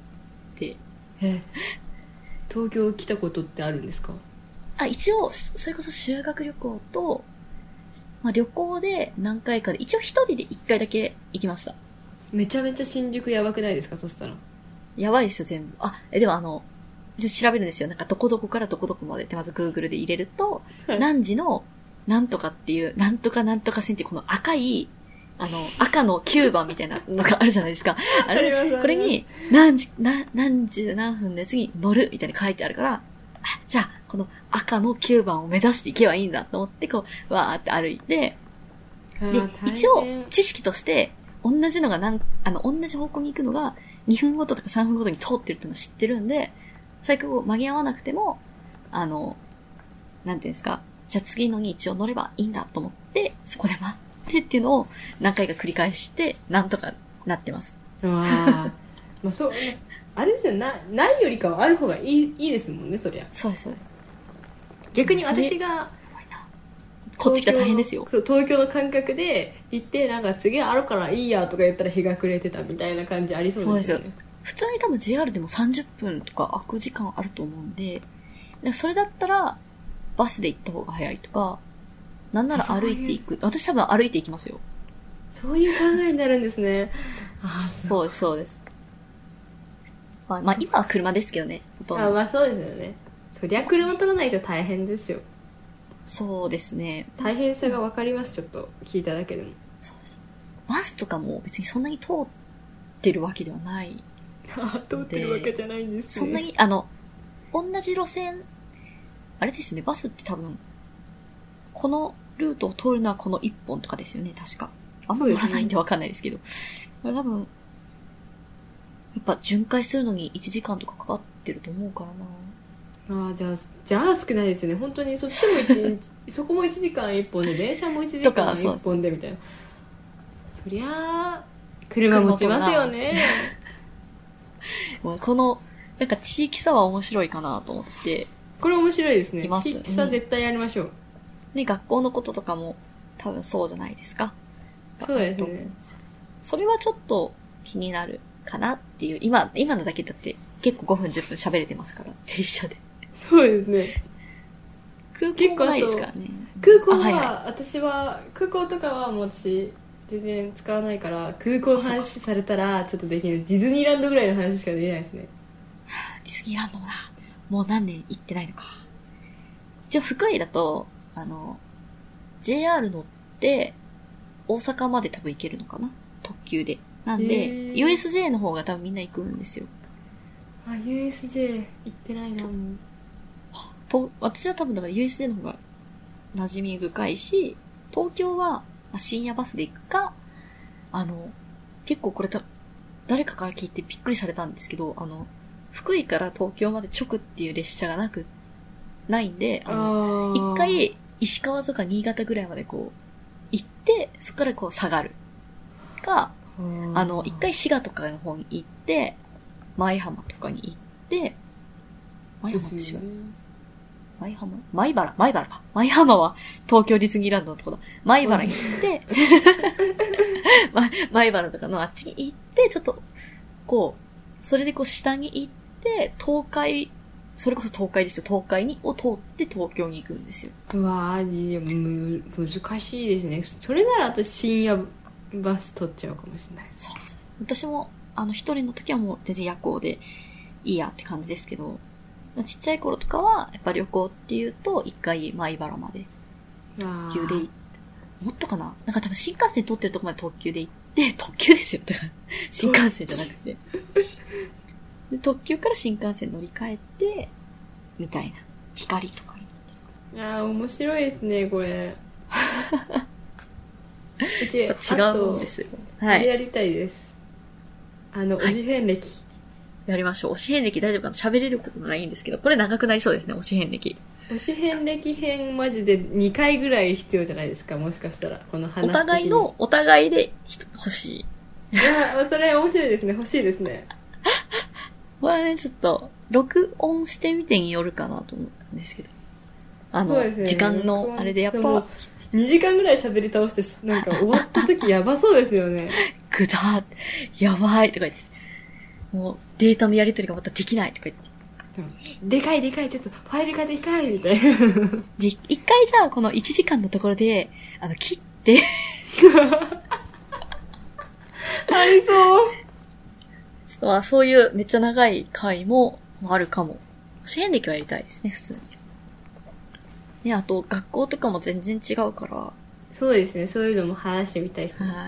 え、東京来たことってあるんですか？ あ、一応、それこそ修学旅行と、まあ、旅行で何回かで、一応一人で一回だけ行きました。 めちゃめちゃ新宿やばくないですか？そしたら。 やばいですよ、全部。あ、え、でもあの、調べるんですよ。なんか、どこどこからどこどこまでってまず Google で入れると、はい、何時の、なんとかっていう、なんとかなんとか線っていうこの赤い、あの、赤のきゅうばんみたいなのがあるじゃないですか。あれ、これに、何時、な、何時何分で次乗るみたいに書いてあるから、あ、じゃあ、この赤のきゅうばんを目指していけばいいんだと思って、こう、わーって歩いて、で、一応、知識として、同じのがなん、あの、同じ方向に行くのが、にふんごととかさんぷんごとに通ってるっていうのを知ってるんで、最後間に合わなくても、あの、なんていうんですか、じゃあ次のに一応乗ればいいんだと思って、そこで待ってっていうのを何回か繰り返して、なんとかなってます。 ああ。まあそう、あれですよ、な、ないよりかはある方がいい、いいですもんね、そりゃ。 そうです、そうです。 逆に私が、 こっち来たら大変ですよ。 東京の感覚で行って、なんか次あるからいいやとか言ったら日が暮れてたみたいな感じありそうですよね。そうですよ。 普通に多分 ジェイアール でもさんじゅっぷんとか空く時間あると思うんで、それだったらバスで行った方が早いとか、なんなら歩いていく。私多分歩いて行きますよ。 そういう考えになるんですね。 ああ、そうです、そうです。まあ、まあ、今は車ですけどね、ほとんど。 あ、まあそうですよね。そりゃ車取らないと大変ですよ。 そうですね。 大変さが分かります、ちょっと聞いただけでも。 そうです。バスとかも別にそんなに通ってるわけではない。 通ってるわけじゃないんですね。 そんなに、あの、同じ路線、あれですね、バスって多分、このルートを通るのはこの一本とかですよね、確か。あんま乗らないんでわかんないですけど。これ多分、やっぱ巡回するのにいちじかんとかかかってると思うからな。 ああ、じゃあ、じゃあ少ないですよね。本当にそっちも一日、そこもいちじかんいっぽんで、電車もいちじかんいっぽんでみたいな。そりゃあ、車持ちますよね。 もうこの、なんか地域差は面白いかなと思って。 これ面白いですね。地域差絶対やりましょう。 うん、ね、学校のこととかも多分そうじゃないですか。 そうですね。 それはちょっと気になるかなっていう。今、今のだけだって結構ごふんじゅっぷん喋れてますから、電車で。 そうですね。 空港もないですからね。 空港は、 はいはい、 私は空港とかはもう私全然使わないから、空港の話されたらちょっとできる。ディズニーランドぐらいの話しかできないですね。 ディズニーランドもな、もう何年行ってないのか。一応福井だとあの ジェイアール 乗って大阪まで多分行けるのかな、特急で。なんで、えー、ユーエスジェー の方が多分みんな行くんですよ。 あ、ユーエスジェー 行ってないなもう。 と私は多分だから ユーエスジェー の方が馴染み深いし、東京は深夜バスで行くか、あの結構これた誰かから聞いてびっくりされたんですけど、あの福井から東京まで直っていう列車がなくないんで、あの一回石川とか新潟ぐらいまでこう行って、そこからこう下がるか、あの一回滋賀とかの方に行って舞浜とかに行って、舞浜って違う、舞浜舞原舞原か。舞浜は東京ディズニーランドのところだ。舞原に行って、舞原とかのあっちに行って、ちょっと、こう、それでこう下に行って、東海、それこそ東海ですよ。東海にを通って東京に行くんですよ。 うわぁ、む、難しいですね。それなら私深夜バス取っちゃうかもしれない。 そうそうそう。私も、あの一人の時はもう全然夜行でいいやって感じですけど、ちっちゃい頃とかは、やっぱ旅行っていうと、一回、舞原まで、特急で行って、もっとかな、なんか多分新幹線通ってるとこまで特急で行って、特急ですよ、だから、新幹線じゃなくて。で特急から新幹線乗り換えて、みたいな。光とかに。 いやー、面白いですね、これ。うち、違うんですよ。 はい。やりたいです。あの、おじ遍歴。はいやりましょう。推し遍歴大丈夫かな、喋れることならいいんですけど、これ長くなりそうですね、推し遍歴。 推し遍歴編マジでにかいぐらい必要じゃないですか、もしかしたら。この話。 お互いの、お互いで欲しい。 いや、それ面白いですね、欲しいですね。 これはね、ちょっと、録音してみてによるかなと思ったんですけど。あの、ね、時間のあれでやっぱ。 にじかんぐらい喋り倒して、なんか終わった時やばそうですよね。 ぐだー、やばいとか言って。もうデータのやり取りがまたできないとか言って。 でかいでかい、ちょっとファイルがでかいみたいな。 で、一回じゃあこのいちじかんのところで、あの、切って。 ありそう。 ちょっとまあそういうめっちゃ長い回もあるかも。推し遍歴はやりたいですね、普通に。ね、あと学校とかも全然違うから。 そうですね、そういうのも話してみたいですね。はい。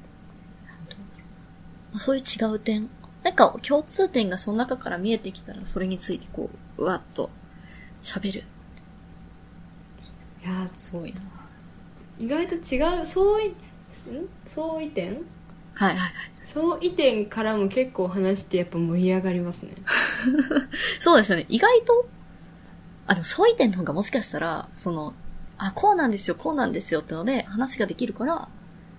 そういう違う点。なんか共通点がその中から見えてきたら、それについてこう、うわっと喋る。 いやすごいな。 意外と違う、相違、ん相違点はいはいはい。 相違点からも結構話してやっぱ盛り上がりますね。 そうですよね。意外と、あ、でも相違点の方がもしかしたら、その、あ、こうなんですよ、こうなんですよってので話ができるから、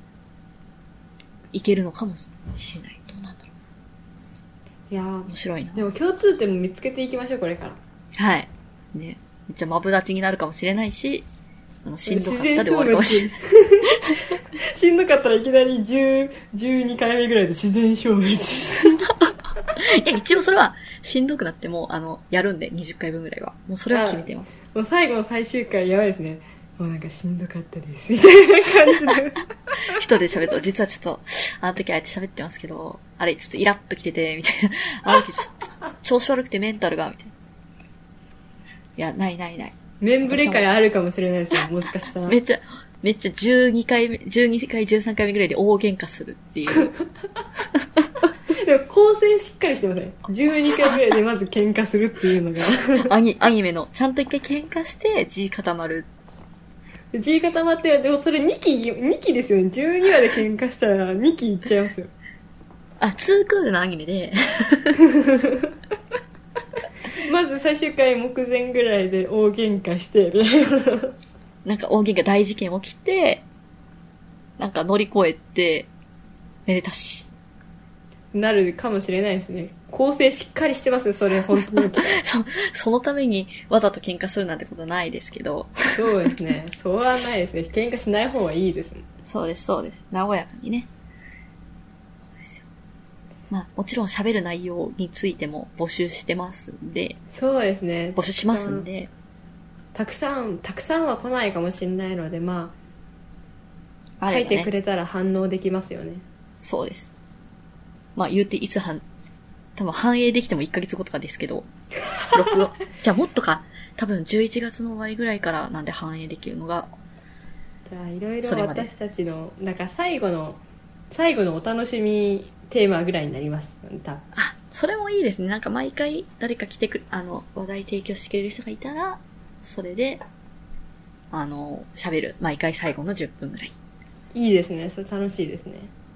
いけるのかもしれない。どうなんだろう。 いやー、 面白いな。 でも共通点も見つけていきましょう、これから。 はい。ね。めっちゃマブダチになるかもしれないし、あの、しんどかったで終わるかもしれない。 しんどかったらいきなりじゅう、じゅうにかいめぐらいで自然消滅した。 いや、一応それは、しんどくなっても、あの、やるんで、にじゅっかいぶんぐらいは。もうそれは決めてます。 もう最後の最終回やばいですね。もうなんかしんどかったです。みたいな感じで。 一人で喋ると、実はちょっと、あの時あえて喋ってますけど、あれ、ちょっとイラッと来てて、みたいな。あの時ちょっと、調子悪くてメンタルが、みたいな。いや、ないないない。 メンブレ会あるかもしれないですよ、もしかしたら。 めっちゃ、めっちゃじゅうにかいめ、じゅうにかい、じゅうさんかいめぐらいで大喧嘩するっていう。 でも構成しっかりしてません。じゅうにかいぐらいでまず喧嘩するっていうのが。 アニ、アニメの、ちゃんと一回喧嘩して、G 固まる。 G 固まって、でもそれにき、にきですよね。じゅうにわで喧嘩したらにきいっちゃいますよ。 あ、ツークールのアニメで。 まず最終回目前ぐらいで大喧嘩して、みたいな。 なんか大喧嘩大事件起きて、なんか乗り越えて、めでたし。 なるかもしれないですね。構成しっかりしてますね、それ、本当に。 そ、そのためにわざと喧嘩するなんてことないですけど。 そうですね。そうはないですね。喧嘩しない方がいいですね。 そうです、そうです。和やかにね。そうですよ。まあ、もちろん喋る内容についても募集してますんで。 そうですね。 募集しますんで。 たくさんたくさんは来ないかもしれないので、まあ、 あればね、 書いてくれたら反応できますよね。 そうです。まあ言うていつ反、多分反映できてもいっかげつごとかですけど、録音、じゃあもっとか、多分じゅういちがつの終わりぐらいからなんで反映できるのが、 じゃあいろいろ私たちのなんか最後の最後のお楽しみテーマぐらいになりますよね、多分。 あ、それもいいですね。なんか毎回誰か来てく、あの、話題提供してくれる人がいたら、それで、あの、喋る。毎回最後のじゅっぷんぐらい。 いいですね。それ楽しいですね。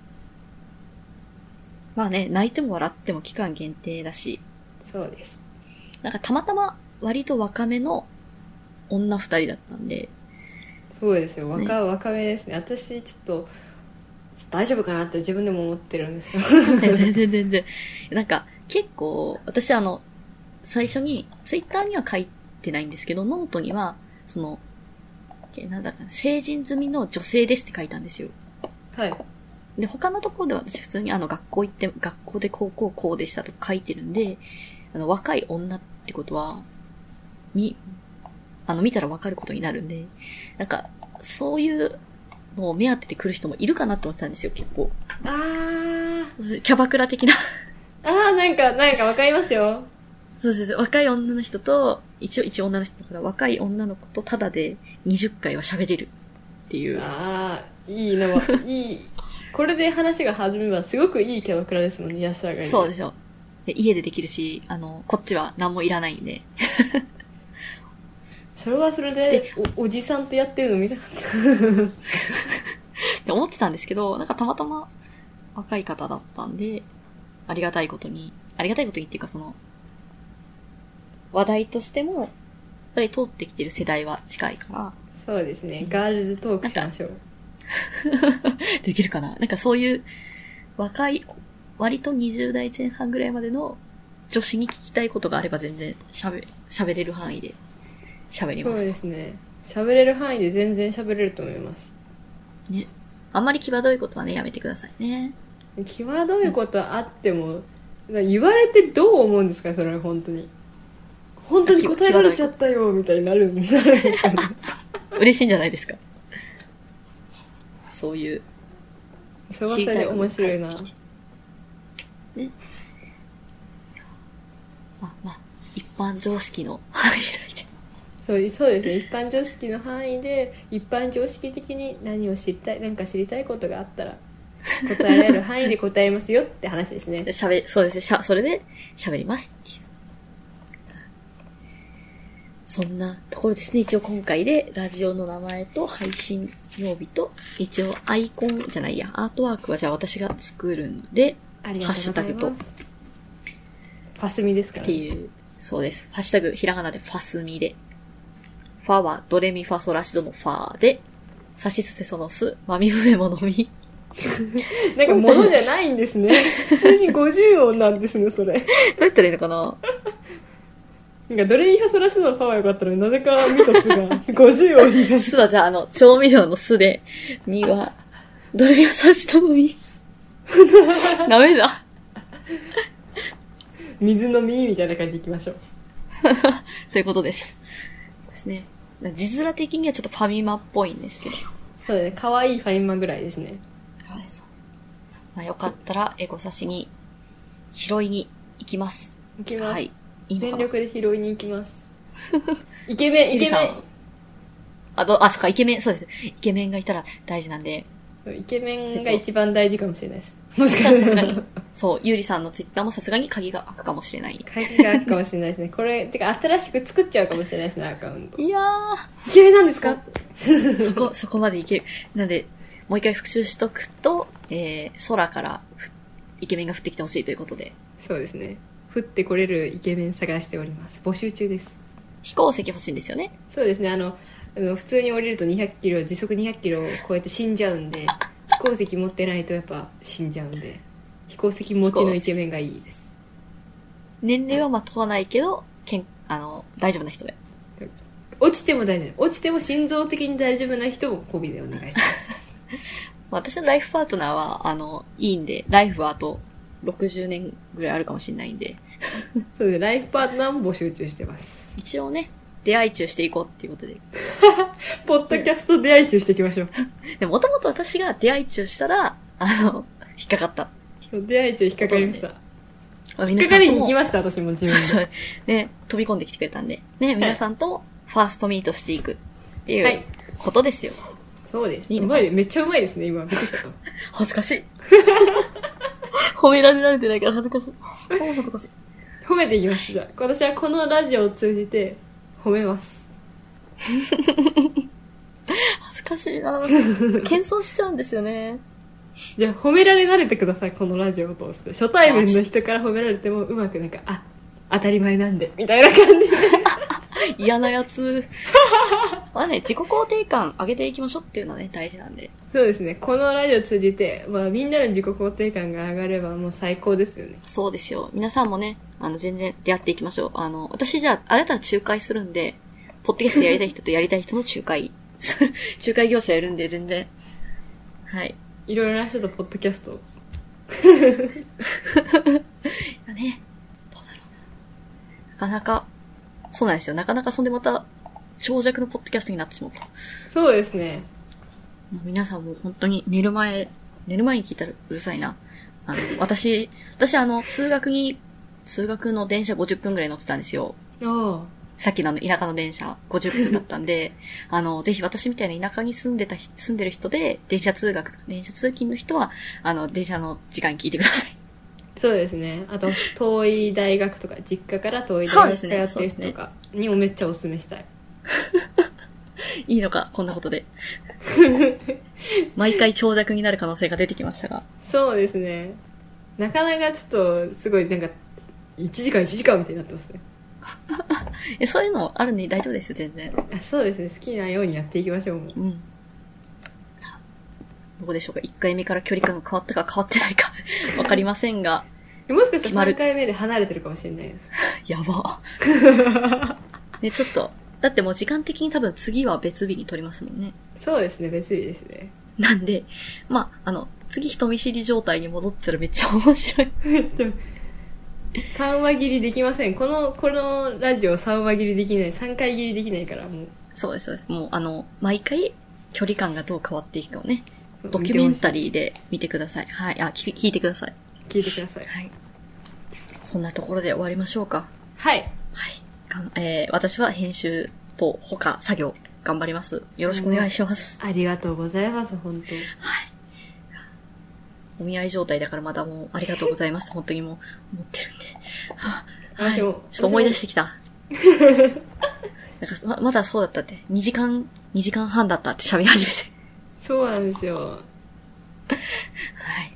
まあね、泣いても笑っても期間限定だし。 そうです。 なんかたまたま割と若めの女二人だったんで。 そうですよ。若、 ね、 若めですね。私ちょっと、大丈夫かなって自分でも思ってるんですけど。 全然全然。なんか結構、私あの、最初に、ツイッターには書いてないんですけど、ノートには、その、なんだろうな、成人済みの女性ですって書いたんですよ。 はい。 で、他のところでは私普通にあの学校行って、学校で高校こうでしたとか書いてるんで、あの若い女ってことは、み、あの見たらわかることになるんで、なんか、そういうのを目当てで来る人もいるかなと思ってたんですよ、結構。 あー。 キャバクラ的な。 あー、なんか、なんかわかりますよ。 そうです。若い女の人と、一応、一応女の人だから、若い女の子とタダでにじゅっかいは喋れるっていう。 あー、いいのいい。これで話が始めばすごくいいキャバクラですもんね、安上がり。 そうですよ。で家でできるし、あの、こっちは何もいらないんで。 それはそれでお、おじさんとやってるの見たかった。 って思ってたんですけど、なんかたまたま若い方だったんで、ありがたいことに、ありがたいことにっていうかその、話題としても、やっぱり通ってきてる世代は近いから。 そうですね、ガールズトークしましょう。 できるかな？なんかそういう若い、割とにじゅう代前半ぐらいまでの女子に聞きたいことがあれば全然喋、喋れる範囲で喋ります。 そうですね。喋れる範囲で全然喋れると思います。 ね。あんまり際どいことはね、やめてくださいね。 際どいことあっても、うん、言われてどう思うんですか、それは本当に。本当に答えられちゃったよ、みたいになるんですかね。 嬉しいんじゃないですか。そういう。 それはそれで面白いな。 ね。まあまあ、一般常識の範囲内で。 そう、そうですね。一般常識の範囲で、一般常識的に何を知りたい、何か知りたいことがあったら、答えられる範囲で答えますよって話ですね。 しゃべ、そうですね。しゃ、それで喋りますっていう。そんなところですね。一応今回でラジオの名前と配信曜日と、一応アイコンじゃないや、アートワークはじゃあ私が作るので、 ありがハッシュタグと、 ファスミですから、 ね。っていう、そうです。ハッシュタグ、ひらがなでファスミで、ファはドレミファソラシドのファーで、サシスセソのス、マミフエモのミ。 なんか物じゃないんですね。普通にごじゅう音なんですね、それ。どうやったらいいのかな。 なんかドレミファソラシドのファはよかったのになぜかミとスがごじゅう音になる。 スはじゃああの、調味料のスで、ミは、ドレミファソラシドのミ。ダメだ。 水のミみたいな感じでいきましょう。 そういうことです。ですね。字面的にはちょっとファミマっぽいんですけど。 そうですね。可愛いファミマぐらいですね。 はい、そう。まあよかったら、エゴサシに、拾いに行きます。 行きます。 はい。いい全力で拾いに行きます。イケメン、イケメン。 あ、ど、あ、そっか、イケメン、そうです。イケメンがいたら大事なんで。 イケメンが一番大事かもしれないです。もしかしたら。そう、ゆうりさんのツイッターもさすがに鍵が開くかもしれない。 鍵が開くかもしれないですね。これ、てか新しく作っちゃうかもしれないですね、アカウント。 いやー。イケメンなんですか？ そこ、そこまでいける。なんで、もう一回復習しとくと、えー、空からイケメンが降ってきてほしいということで。 そうですね。降ってこれるイケメン探しております。募集中です。 飛行石欲しいんですよね。 そうですね。あの、あの普通に降りるとにひゃくキロ、時速にひゃくキロを超えて死んじゃうんで、飛行石持ってないとやっぱ死んじゃうんで、飛行石持ちのイケメンがいいです。 年齢はまとわないけど、けんあの大丈夫な人で。 落ちても大丈夫。落ちても心臓的に大丈夫な人もコビでお願いします。 私のライフパートナーはあのいいんで、ライフはあとろくじゅうねんぐらいあるかもしれないんで。 そうです。ライフパートナーも募集中してます。 一応ね、 出会い中していこうっていうことで。 ポッドキャスト出会い中していきましょう。 でも、もともと私が出会い中したら、あの、引っかかった。 出会い中引っかかりました。 まあ、 引っかかりに行きました、私も自分で。 そうそう。ね、飛び込んできてくれたんで。ね、皆さんとファーストミートしていくっていうことですよ。はい、 そうです。いいのかうまい、めっちゃうまいですね、今。びっくりしちゃった。 恥ずかしい。褒められられてないから恥ずかしい。恥ずかしい。 褒めていきます。じゃあ、私はこのラジオを通じて褒めます。 恥ずかしいな。謙遜しちゃうんですよね。 じゃあ褒められ慣れてください、このラジオを通して。初対面の人から褒められてもうまくなんか、あ、当たり前なんでみたいな感じで嫌なやつ。まあね、自己肯定感上げていきましょうっていうのはね、大事なんで。 そうですね。このラジオを通じて、まあみんなの自己肯定感が上がればもう最高ですよね。 そうですよ。皆さんもね、あの全然出会っていきましょう。あの、私じゃあ、あれだったら仲介するんで、ポッドキャストやりたい人とやりたい人の仲介。仲介業者やるんで全然。はい。 いろいろな人とポッドキャスト。 だね。どうだろうな。なかなか、そうなんですよ。なかなかそんでまた、長尺のポッドキャストになってしまった。 そうですね。 もう皆さんも本当に寝る前、寝る前に聞いたらうるさいな。あの、私、私あの、通学に、通学の電車ごじゅっぷんぐらい乗ってたんですよ。 ああ。 さっきのあの、田舎の電車ごじゅっぷんだったんで、あの、ぜひ私みたいな田舎に住んでた、住んでる人で、電車通学とか電車通勤の人は、あの、電車の時間聞いてください。 そうですね。あと、遠い大学とか、実家から遠い大学通ってる人とかにもめっちゃおすすめしたい。 いいのか、こんなことで。毎回長尺になる可能性が出てきましたが。 そうですね。なかなかちょっと、すごいなんか、いちじかんいちじかんみたいになってますね。 え、そういうのあるんで大丈夫ですよ、全然。 あ、そうですね。好きなようにやっていきましょう。もう。 うん。どうでしょうか。いっかいめから距離感が変わったか変わってないかわかりませんが。 もしかしたらさんかいめで離れてるかもしれないです。 やば。ね、ちょっと、だってもう時間的に多分次は別日に撮りますもんね。 そうですね、別日ですね。 なんで、まあ、あの、次人見知り状態に戻ったらめっちゃ面白い。 さんわ切りできません。この、このラジオさんわ切りできない。さんかい切りできないから、もう。 そうです、そうです。もう、あの、毎回、距離感がどう変わっていくかをね、ドキュメンタリーで見てください。はい。あ、聞、聞いてください。 聞いてください。 はい。そんなところで終わりましょうか。 はい。 はい。がんえー、私は編集と他作業頑張ります。よろしくお願いします。 ありがとうございます、本当。はい。 お見合い状態だからまだもうありがとうございます。本当にもう思ってるんで。はあ、はい。ちょっと思い出してきた。なんかま、まだそうだったって。にじかん、にじかんはんだったって喋り始めて。 そうなんですよ。 はい。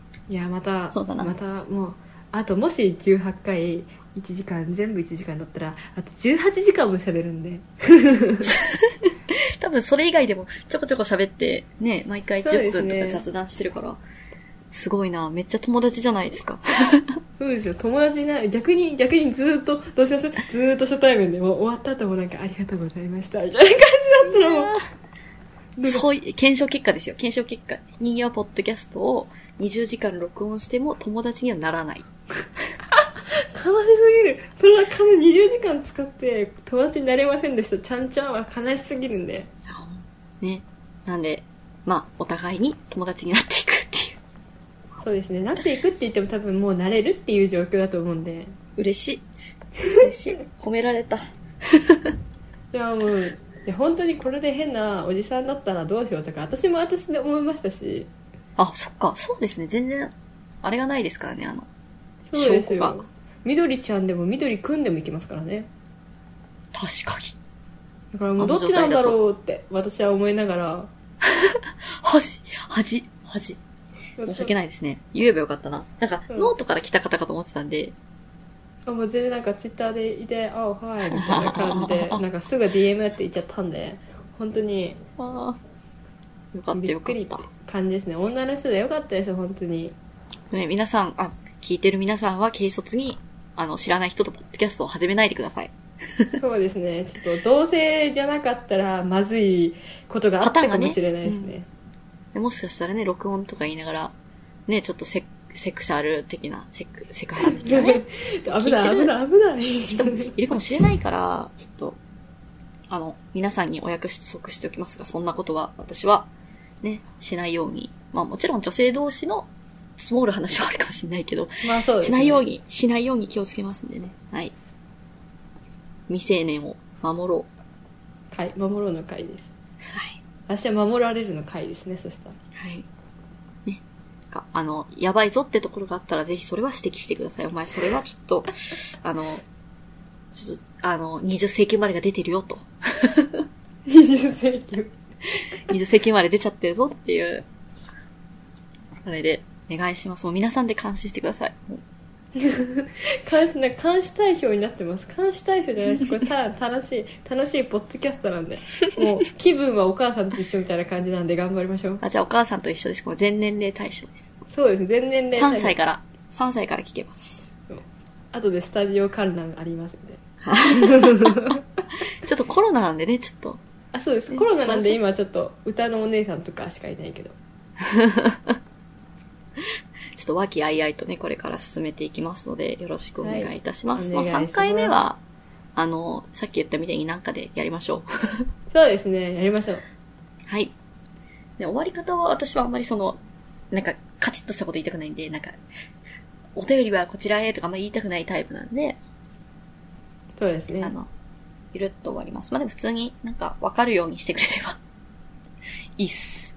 いや、また、 そうだな。 またもう、あともしじゅうはちかい、いちじかん、全部いちじかんだったら、あとじゅうはちじかんも喋るんで。 多分それ以外でもちょこちょこ喋って、ね、毎回じゅっぷんとか雑談してるから、すごいな。めっちゃ友達じゃないですか。 そうですよ。友達になる。逆に、逆にずーっと、どうします？ずーっと初対面でもう終わった後もなんかありがとうございました。みたいな感じだったらもう。そういう、検証結果ですよ。検証結果。人間はポッドキャストをにじゅうじかん録音しても友達にはならない。 悲しすぎる。それはこのにじゅうじかん使って友達になれませんでした。ちゃんちゃんは悲しすぎるんで。 ね。なんで、まあ、お互いに友達になっていくっていう。 そうですね。なっていくって言っても多分もうなれるっていう状況だと思うんで。 嬉しい。嬉しい。褒められた。いやもう、いや本当にこれで変なおじさんだったらどうしようとか、私も私で思いましたし。 あ、そっか。そうですね。全然、あれがないですからね、あの。 そうですよ。みどりちゃんでもみどりくんでもいきますからね。 確かに。 だからもうどっちなんだろうって私は思いながら。 恥、恥、恥。申し訳ないですね。言えばよかったな。なんか、うん、ノートから来た方かと思ってたんで。 あ、もう全然なんかツイッターでいて、あ、はいみたいな感じで、なんかすぐ ディーエム って言っちゃったんで、本当に。ああ。よかったよかった。びっくりって感じですね。女の人でよかったですよ、本当に。 ね、皆さん、あ、聞いてる皆さんは軽率に、あの、知らない人とポッドキャストを始めないでください。 そうですね。ちょっと、同性じゃなかったら、まずいことがあったかもしれないですね。 うん、もしかしたらね、録音とか言いながら、ね、ちょっとセセクシャル的な、セク、セクハラ的なね。 危ない、危ない、危ない。 人もいるかもしれないから、ちょっと、 あの、皆さんにお約束しておきますが、そんなことは私は、ね、しないように。まあもちろん女性同士のスモール話はあるかもしれないけど、 まあそうですね。 しないように、しないように気をつけますんでね。はい。未成年を守ろう。回、守ろうの回です。 はい。 私は守られるの回ですね、そしたら。 はい。ね。か、あの、やばいぞってところがあったらぜひそれは指摘してください。お前それはちょっと、あの、ちょっと、あの、にじゅっ世紀生まれが出てるよと。 にじゅっ世紀にじゅっ世紀生まれ出ちゃってるぞっていう、あれで、お願いします。もう皆さんで監視してください。 監視、なんか監視対象になってます。監視対象じゃないです。これただ楽しい、楽しいポッドキャストなんで。もう気分はお母さんと一緒みたいな感じなんで頑張りましょう。 あ、じゃあお母さんと一緒です。これ全年齢対象です。 そうです。全年齢対象。 さんさいから、さんさいから聞けます。 後でスタジオ観覧ありますんで。 ちょっとコロナなんでね、ちょっと。 あ、そうです。コロナなんで今ちょっと歌のお姉さんとかしかいないけど。 ちょっと和気あいあいとね、これから進めていきますので、よろしくお願いいたします。 はい、 まあさんかいめは、あの、さっき言ったみたいになんかでやりましょう。 そうですね、やりましょう。 はい。で、終わり方は私はあんまりその、なんか、カチッとしたこと言いたくないんで、なんか、お便りはこちらへとかあんまり言いたくないタイプなんで、 そうですね。 あの、ゆるっと終わります。まあでも普通になんか分かるようにしてくれればいいっす。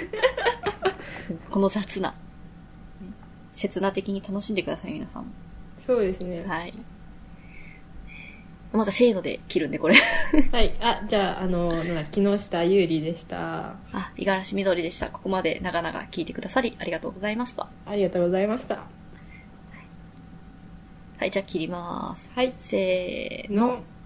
この雑な、ね、刹那的に楽しんでください、皆さんも。 そうですね。 はい。またせーので切るんで、これ。 はい。あ、じゃあ、あの、なんだ、木下ゆうりでした。 あ、五十嵐みどりでした。ここまで長々聞いてくださり、ありがとうございました。 ありがとうございました。 はい、じゃあ切りまーす。 はい。 せーの。 の